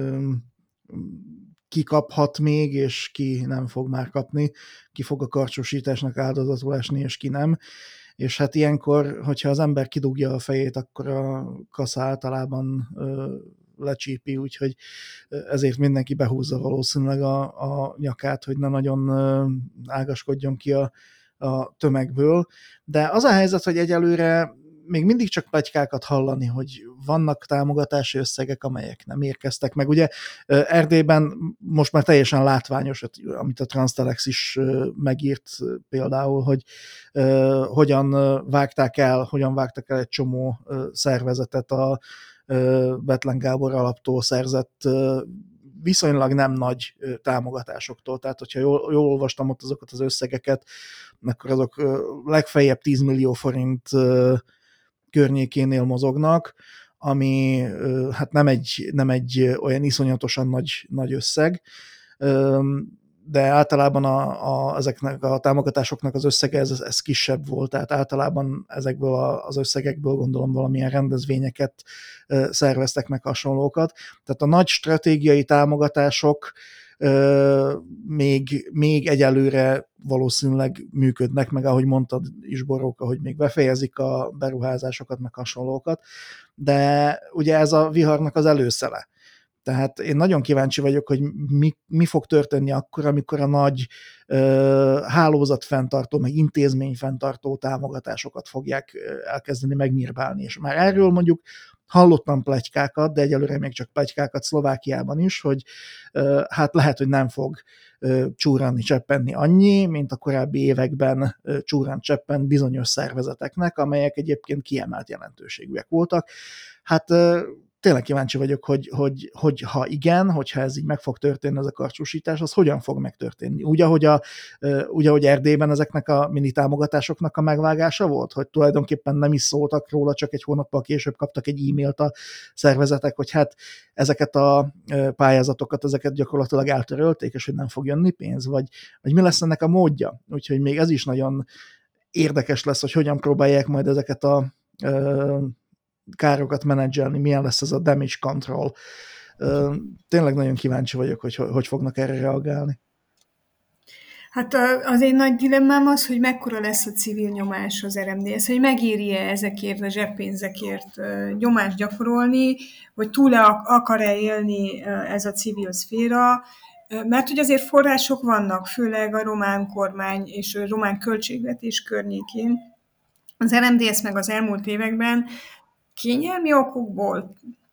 ki kaphat még, és ki nem fog már kapni, ki fog a karcsúsításnak áldozatul esni, és ki nem. És hát ilyenkor, hogyha az ember kidugja a fejét, akkor a kasza általában ö, lecsípi, úgyhogy ezért mindenki behúzza valószínűleg a, a nyakát, hogy ne nagyon ö, ágaskodjon ki a, a tömegből. De az a helyzet, hogy egyelőre még mindig csak pletykákat hallani, hogy vannak támogatási összegek, amelyek nem érkeztek meg. Ugye Erdélyben most már teljesen látványos, amit a Transtelex is megírt például, hogy uh, hogyan vágták el, hogyan vágták el egy csomó uh, szervezetet a uh, Bethlen Gábor alaptól szerzett uh, viszonylag nem nagy uh, támogatásoktól. Tehát, hogyha jól, jól olvastam ott azokat az összegeket, akkor azok uh, legfeljebb tíz millió forint uh, környékénél mozognak, ami hát nem egy, nem egy olyan iszonyatosan nagy, nagy összeg, de általában a, a, ezeknek a támogatásoknak az összege ez, ez kisebb volt, tehát általában ezekből az összegekből gondolom valamilyen rendezvényeket szerveztek meg, hasonlókat. Tehát a nagy stratégiai támogatások még, még egyelőre valószínűleg működnek, meg ahogy mondtad is, Boróka, hogy még befejezik a beruházásokat, meg hasonlókat, de ugye ez a viharnak az előszele. Tehát én nagyon kíváncsi vagyok, hogy mi, mi fog történni akkor, amikor a nagy ö, hálózatfenntartó, meg intézményfenntartó támogatásokat fogják elkezdeni megnyírbálni. És már erről mondjuk hallottam pletykákat, de egyelőre még csak pletykákat Szlovákiában is, hogy ö, hát lehet, hogy nem fog ö, csúranni, cseppenni annyi, mint a korábbi években ö, csúran cseppen bizonyos szervezeteknek, amelyek egyébként kiemelt jelentőségűek voltak. Hát ö, tényleg kíváncsi vagyok, hogy, hogy, hogy ha igen, hogyha ez így meg fog történni, ez a karcsúsítás, az hogyan fog megtörténni? Úgy, ahogy, a, úgy, ahogy Erdélyben ezeknek a mini támogatásoknak a megvágása volt, hogy tulajdonképpen nem is szóltak róla, csak egy hónappal később kaptak egy e-mailt a szervezetek, hogy hát ezeket a pályázatokat, ezeket gyakorlatilag eltörölték, és hogy nem fog jönni pénz, vagy, vagy mi lesz ennek a módja? Úgyhogy még ez is nagyon érdekes lesz, hogy hogyan próbálják majd ezeket a károkat menedzselni, milyen lesz ez a damage control. Tényleg nagyon kíváncsi vagyok, hogy hogy fognak erre reagálni.
Hát az én nagy dilemmám az, hogy mekkora lesz a civil nyomás az er em dé es, hogy megéri-e ezekért a zseppénzekért nyomást gyakorolni, vagy túl akar-e élni ez a civil szféra, mert hogy azért források vannak, főleg a román kormány és a román költségvetés környékén. Az er em dé es meg az elmúlt években kényelmi okokból,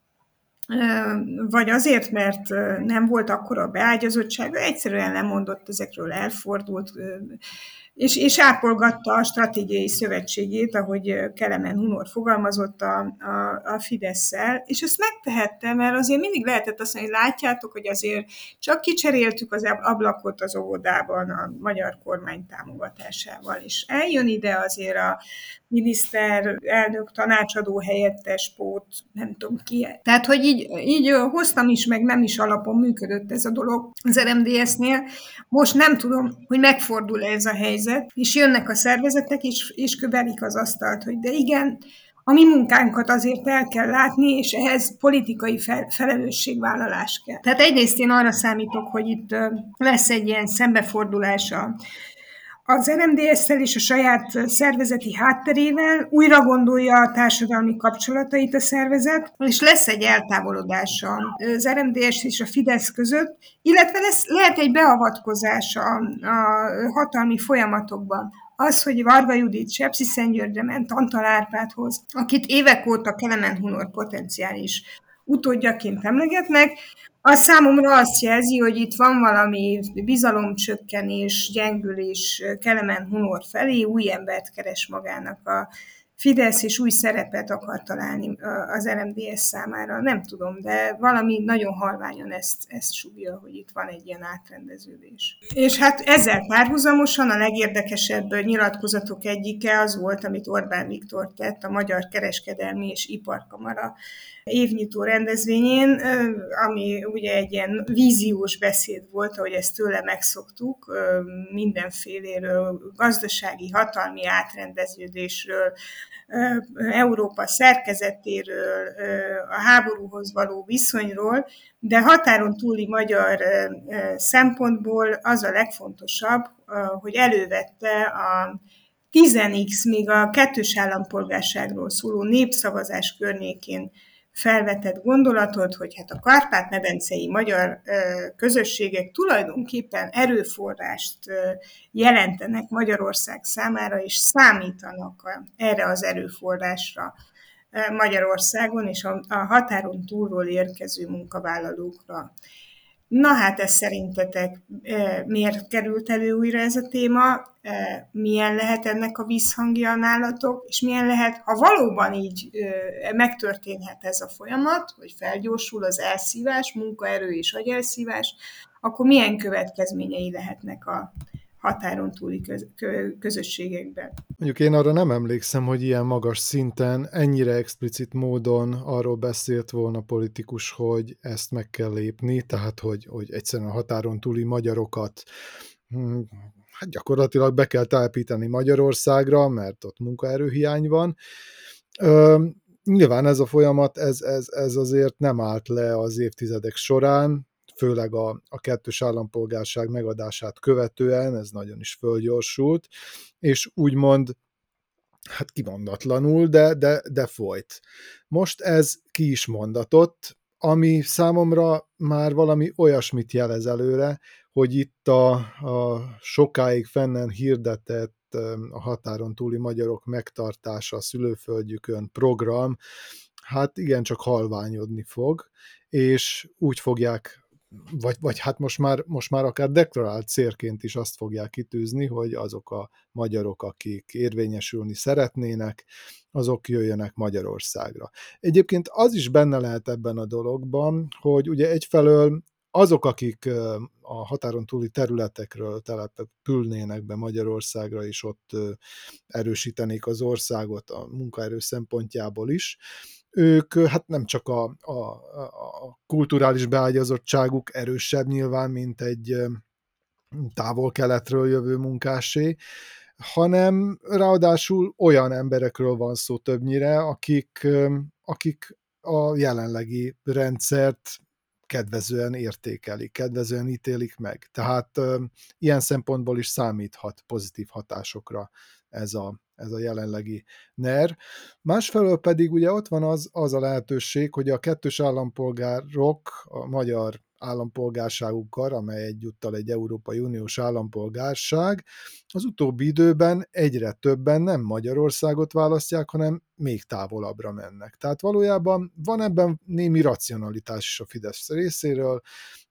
vagy azért, mert nem volt akkora beágyazottsága, egyszerűen lemondott ezekről, elfordult, és, és ápolgatta a stratégiai szövetségét, ahogy Kelemen Hunor fogalmazott a, a, a Fidesszel, és ezt megtehette, mert azért mindig lehetett azt mondani, hogy látjátok, hogy azért csak kicseréltük az ablakot az óvodában a magyar kormány támogatásával, és eljön ide azért a miniszter, elnök, tanácsadó helyettes pót, nem tudom ki. Tehát, hogy így, így hoztam is, meg nem is alapon működött ez a dolog az er em dé es-nél. Most nem tudom, hogy megfordul ez a helyzet, és jönnek a szervezetek, és, és kövelik az asztalt, hogy de igen, a mi munkánkat azért el kell látni, és ehhez politikai fel, felelősségvállalás kell. Tehát egyrészt én arra számítok, hogy itt lesz egy ilyen szembefordulás a az er em dé es-szel és a saját szervezeti hátterével, újra gondolja a társadalmi kapcsolatait a szervezet, és lesz egy eltávolodás az er em dé es és a Fidesz között, illetve lesz, lehet egy beavatkozás a, a hatalmi folyamatokban. Az, hogy Varga Judit Sepsiszentgyörgyre ment Antal Árpádhoz, akit évek óta Kelemen Hunor potenciális utódjaként emlegetnek, az számomra azt jelzi, hogy itt van valami bizalomcsökkenés, gyengülés Kelemen Hunor felé, új embert keres magának a Fidesz, és új szerepet akar találni az er em dé es számára. Nem tudom, de valami nagyon halványan ezt, ezt súgja, hogy itt van egy ilyen átrendeződés. És hát ezzel párhuzamosan a legérdekesebb nyilatkozatok egyike az volt, amit Orbán Viktor tett a Magyar Kereskedelmi és Iparkamara évnyitó rendezvényén, ami ugye egy ilyen víziós beszéd volt, ahogy ezt tőle megszoktuk, mindenféléről, gazdasági, hatalmi átrendeződésről, Európa szerkezetéről, a háborúhoz való viszonyról, de határon túli magyar szempontból az a legfontosabb, hogy elővette a tíz x még a kettős állampolgárságról szóló népszavazás környékén felvetett gondolatot, hogy hát a kárpát-medencei magyar közösségek tulajdonképpen erőforrást jelentenek Magyarország számára, és számítanak erre az erőforrásra Magyarországon, és a határon túlról érkező munkavállalókra. Na hát ez szerintetek miért került elő újra ez a téma, milyen lehet ennek a visszhangja nálatok, és milyen lehet, ha valóban így megtörténhet ez a folyamat, hogy felgyorsul az elszívás, munkaerő és agyelszívás, akkor milyen következményei lehetnek a határon túli közösségekben?
Mondjuk én arra nem emlékszem, hogy ilyen magas szinten, ennyire explicit módon arról beszélt volna politikus, hogy ezt meg kell lépni, tehát hogy, hogy egyszerűen a határon túli magyarokat hát gyakorlatilag be kell telepíteni Magyarországra, mert ott munkaerőhiány van. Ö, nyilván ez a folyamat, ez, ez, ez azért nem állt le az évtizedek során, főleg a, a kettős állampolgárság megadását követően, ez nagyon is fölgyorsult, és úgymond, hát kimondatlanul, de, de, de folyt. Most ez ki is mondatott, ami számomra már valami olyasmit jelez előre, hogy itt a, a sokáig fennen hirdetett a határon túli magyarok megtartása a szülőföldjükön program, hát igencsak halványodni fog, és úgy fogják Vagy, vagy hát most már, most már akár deklarált célként is azt fogják kitűzni, hogy azok a magyarok, akik érvényesülni szeretnének, azok jöjjenek Magyarországra. Egyébként az is benne lehet ebben a dologban, hogy ugye egyfelől azok, akik a határon túli területekről települnének be Magyarországra, és ott erősítenék az országot a munkaerő szempontjából is, ők hát nem csak a, a, a kulturális beágyazottságuk erősebb nyilván, mint egy távol-keletről jövő munkásé, hanem ráadásul olyan emberekről van szó többnyire, akik, akik a jelenlegi rendszert kedvezően értékelik, kedvezően ítélik meg. Tehát ilyen szempontból is számíthat pozitív hatásokra ez a, ez a jelenlegi NER. Másfelől pedig ugye ott van az, az a lehetőség, hogy a kettős állampolgárok a magyar állampolgárságukkal, amely egyúttal egy Európai Uniós állampolgárság, az utóbbi időben egyre többen nem Magyarországot választják, hanem még távolabbra mennek. Tehát valójában van ebben némi racionalitás is a Fidesz részéről.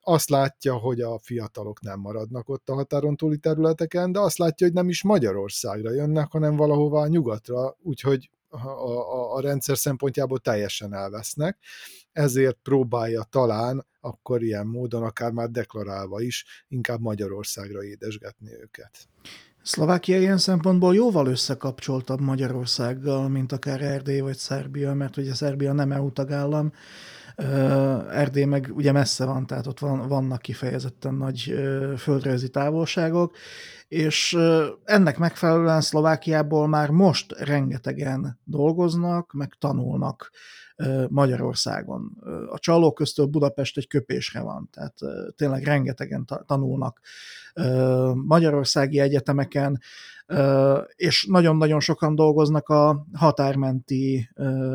azt látja, hogy a fiatalok nem maradnak ott a határon túli területeken, de azt látja, hogy nem is Magyarországra jönnek, hanem valahova nyugatra, úgyhogy a, a, a rendszer szempontjából teljesen elvesznek. Ezért próbálja talán akkor ilyen módon, akár már deklarálva is, inkább Magyarországra édesgetni őket.
Szlovákia ilyen szempontból jóval összekapcsoltabb Magyarországgal, mint akár Erdély vagy Szerbia, mert ugye Szerbia nem é u tagállam, Erdély meg ugye messze van, tehát ott van, vannak kifejezetten nagy földrajzi távolságok, és ennek megfelelően Szlovákiából már most rengetegen dolgoznak, meg tanulnak Magyarországon. A Csallók köztől Budapest egy köpésre van, tehát tényleg rengetegen tanulnak magyarországi egyetemeken, és nagyon-nagyon sokan dolgoznak a határmenti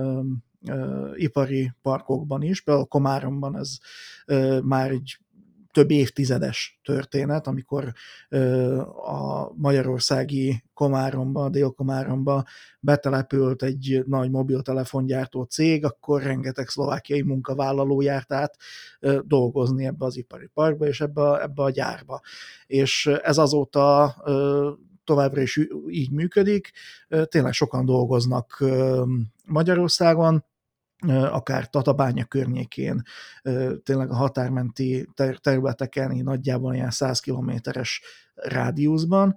ipari parkokban is, például Komáromban ez már egy több évtizedes történet, amikor a magyarországi Komáromba, Dél-Komáromba betelepült egy nagy mobiltelefongyártó cég, akkor rengeteg szlovákiai munkavállaló járt át dolgozni ebbe az ipari parkba és ebbe a, ebbe a gyárba. És ez azóta továbbra is így működik, tényleg sokan dolgoznak Magyarországon, akár Tatabánya környékén, tényleg a határmenti területeken, így nagyjából ilyen száz kilométeres rádiuszban.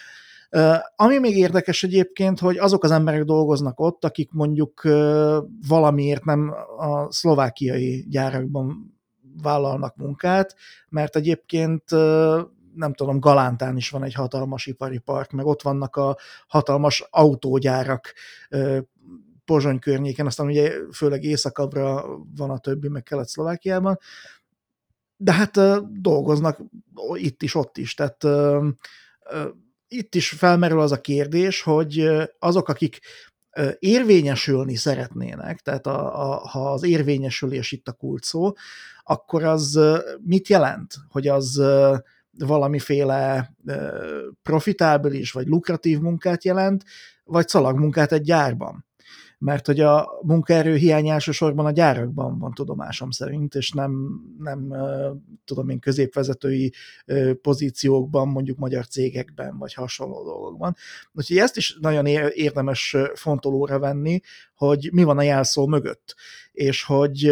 Ami még érdekes egyébként, hogy azok az emberek dolgoznak ott, akik mondjuk valamiért nem a szlovákiai gyárakban vállalnak munkát, mert egyébként nem tudom, Galántán is van egy hatalmas ipari park, meg ott vannak a hatalmas autógyárak Pozsony környéken, aztán ugye főleg északabbra van a többi, meg Kelet-Szlovákiában, de hát dolgoznak itt is, ott is, tehát itt is felmerül az a kérdés, hogy azok, akik érvényesülni szeretnének, tehát a, a, ha az érvényesülés itt a kulcs szó, akkor az mit jelent? Hogy az valamiféle profitábilis vagy lukratív munkát jelent, vagy szalagmunkát egy gyárban. Mert hogy a munkaerő hiány elsősorban a gyárakban van tudomásom szerint, és nem, nem tudom én, középvezetői pozíciókban, mondjuk magyar cégekben, vagy hasonló dolgokban. Úgyhogy ezt is nagyon érdemes fontolóra venni, hogy mi van a jelszó mögött. És hogy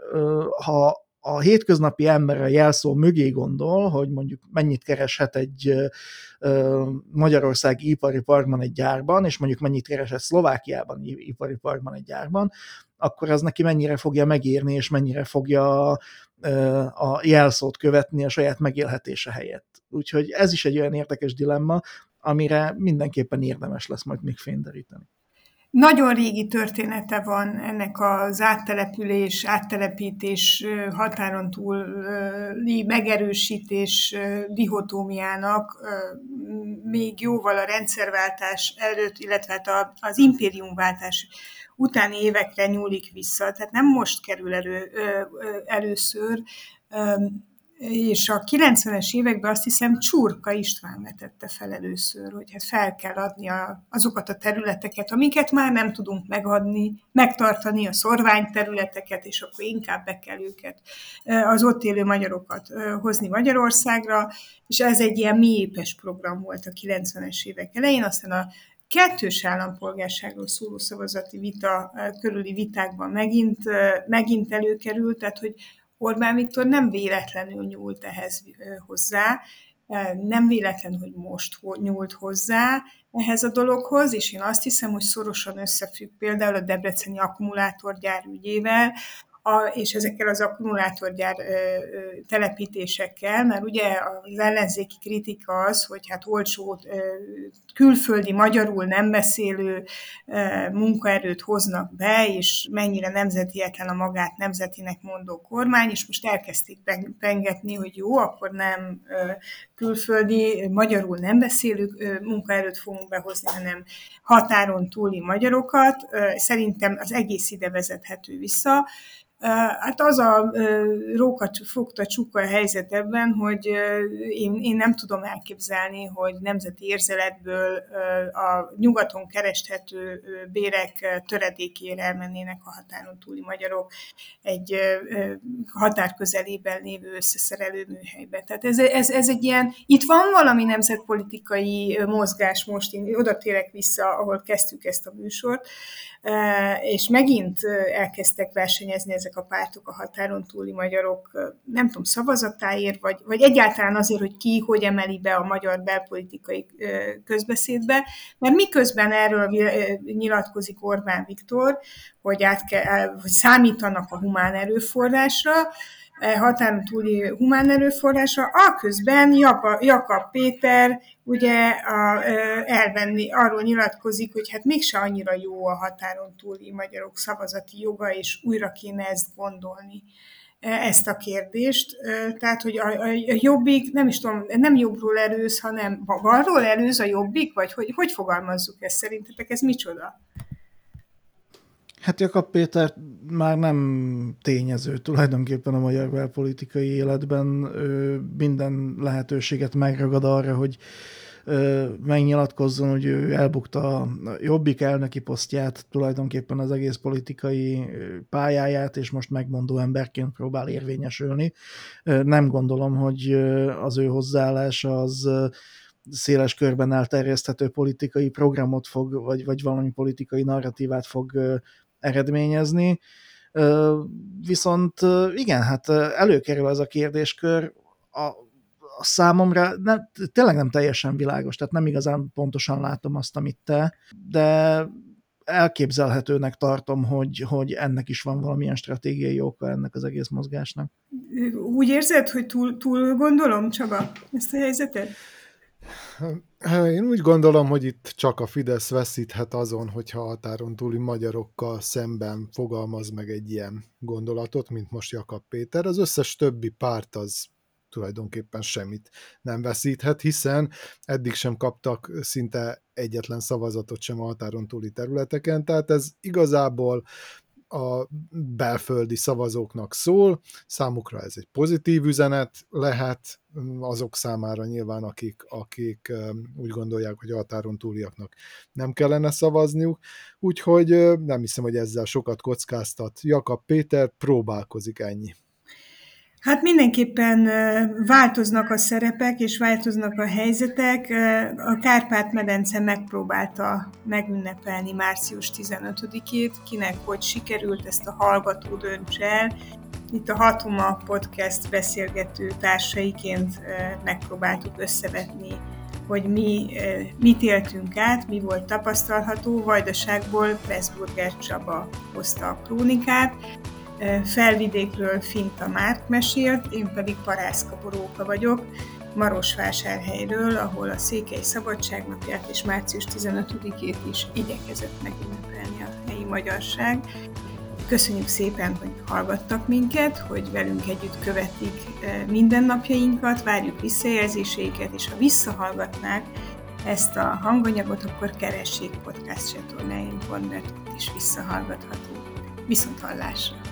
ha a hétköznapi ember a jelszó mögé gondol, hogy mondjuk mennyit kereshet egy magyarországi ipari parkban egy gyárban, és mondjuk mennyit kereshet Szlovákiában ipari parkban egy gyárban, akkor az neki mennyire fogja megérni, és mennyire fogja a jelszót követni a saját megélhetése helyett. Úgyhogy ez is egy olyan érdekes dilemma, amire mindenképpen érdemes lesz majd még fényderíteni.
Nagyon régi története van ennek az áttelepülés, áttelepítés, határon túli megerősítés dihotómiának még jóval a rendszerváltás előtt, illetve az impériumváltás utáni évekre nyúlik vissza. Tehát nem most kerül elő, először, és a kilencvenes években azt hiszem Csurka István vetette fel először, hogy hát fel kell adni a, azokat a területeket, amiket már nem tudunk megadni, megtartani a szorványterületeket, és akkor inkább be kell őket, az ott élő magyarokat hozni Magyarországra, és ez egy ilyen miépes program volt a kilencvenes évek elején, aztán a kettős állampolgárságról szóló szavazati vita körüli vitákban megint, megint előkerült, tehát hogy Orbán Viktor nem véletlenül nyúlt ehhez hozzá, nem véletlen, hogy most nyúlt hozzá ehhez a dologhoz, és én azt hiszem, hogy szorosan összefügg például a debreceni akkumulátorgyár ügyével, a, és ezekkel az akkumulátorgyár ö, ö, telepítésekkel, mert ugye az ellenzéki kritika az, hogy hát olcsó ö, külföldi, magyarul nem beszélő ö, munkaerőt hoznak be, és mennyire nemzetietlen a magát nemzetinek mondó kormány, és most elkezdték pengetni, hogy jó, akkor nem ö, külföldi, magyarul nem beszélő ö, munkaerőt fogunk behozni, hanem határon túli magyarokat. Ö, szerintem az egész ide vezethető vissza. Hát az a róka fogta csukka helyzet ebben, hogy én, én nem tudom elképzelni, hogy nemzeti érzeletből a nyugaton kereshető bérek töredékére elmennének a határon túli magyarok egy határ közelében lévő összeszerelő műhelybe. Tehát ez, ez, ez egy ilyen, itt van valami nemzetpolitikai mozgás most, én oda térek vissza, ahol kezdtük ezt a műsort, és megint elkezdtek versenyezni ezek a pártok, a határon túli magyarok, nem tudom, szavazatáért, vagy, vagy egyáltalán azért, hogy ki hogy emeli be a magyar belpolitikai közbeszédbe, mert miközben erről nyilatkozik Orbán Viktor, hogy, át kell, hogy számítanak a humán erőforrásra, határon túli humán erőforrásra, aközben Jakab Péter ugye a, elvenni, arról nyilatkozik, hogy hát mégse annyira jó a határon túli magyarok szavazati joga, és újra kéne ezt gondolni, ezt a kérdést. Tehát, hogy a, a Jobbik, nem is tudom, nem jobbról előz, hanem balról előz a Jobbik, vagy hogy, hogy fogalmazzuk ezt szerintetek, ez micsoda?
Hát Jakab Péter már nem tényező tulajdonképpen a magyar belpolitikai életben. Ő minden lehetőséget megragad arra, hogy megnyilatkozzon, hogy ő elbukta a Jobbik elnöki posztját, tulajdonképpen az egész politikai pályáját, és most megmondó emberként próbál érvényesülni. Nem gondolom, hogy az ő hozzáállása az széles körben elterjeszthető politikai programot fog, vagy, vagy valami politikai narratívát fog eredményezni. Viszont igen, hát előkerül ez a kérdéskör, a, a számomra nem, tényleg nem teljesen világos, tehát nem igazán pontosan látom azt, amit te, de elképzelhetőnek tartom, hogy, hogy ennek is van valamilyen stratégiai oka ennek az egész mozgásnak.
Úgy érzed, hogy túl, túl gondolom, Csaba, ezt a helyzetet?
Én úgy gondolom, hogy itt csak a Fidesz veszíthet azon, hogyha határon túli magyarokkal szemben fogalmaz meg egy ilyen gondolatot, mint most Jakab Péter. Az összes többi párt az tulajdonképpen semmit nem veszíthet, hiszen eddig sem kaptak szinte egyetlen szavazatot sem a határon túli területeken, tehát ez igazából a belföldi szavazóknak szól, számukra ez egy pozitív üzenet lehet, azok számára nyilván, akik, akik úgy gondolják, hogy a határon túliaknak nem kellene szavazniuk, úgyhogy nem hiszem, hogy ezzel sokat kockáztat. Jakab Péter próbálkozik, ennyi.
Hát mindenképpen változnak a szerepek, és változnak a helyzetek. A Kárpát-medence megpróbálta megünnepelni március tizenötödikét, kinek hogy sikerült, ezt a hallgató döntse el. Itt a Hatuma Podcast beszélgető társaiként megpróbáltuk összevetni, hogy mi mit éltünk át, mi volt tapasztalható. Vajdaságból Pressburger Csaba hozta a krónikát, Felvidékről Finta Márk mesélt, én pedig Parászka Boróka vagyok, Marosvásárhelyről, ahol a Székely Szabadságnapját és március tizenötödikét is igyekezett megünnepelni a helyi magyarság. Köszönjük szépen, hogy hallgattak minket, hogy velünk együtt követik mindennapjainkat, várjuk visszajelzéseiket, és ha visszahallgatnák ezt a hanganyagot, akkor keressék podcast csatornáinkon, mert ott is visszahallgatható. Viszont hallásra!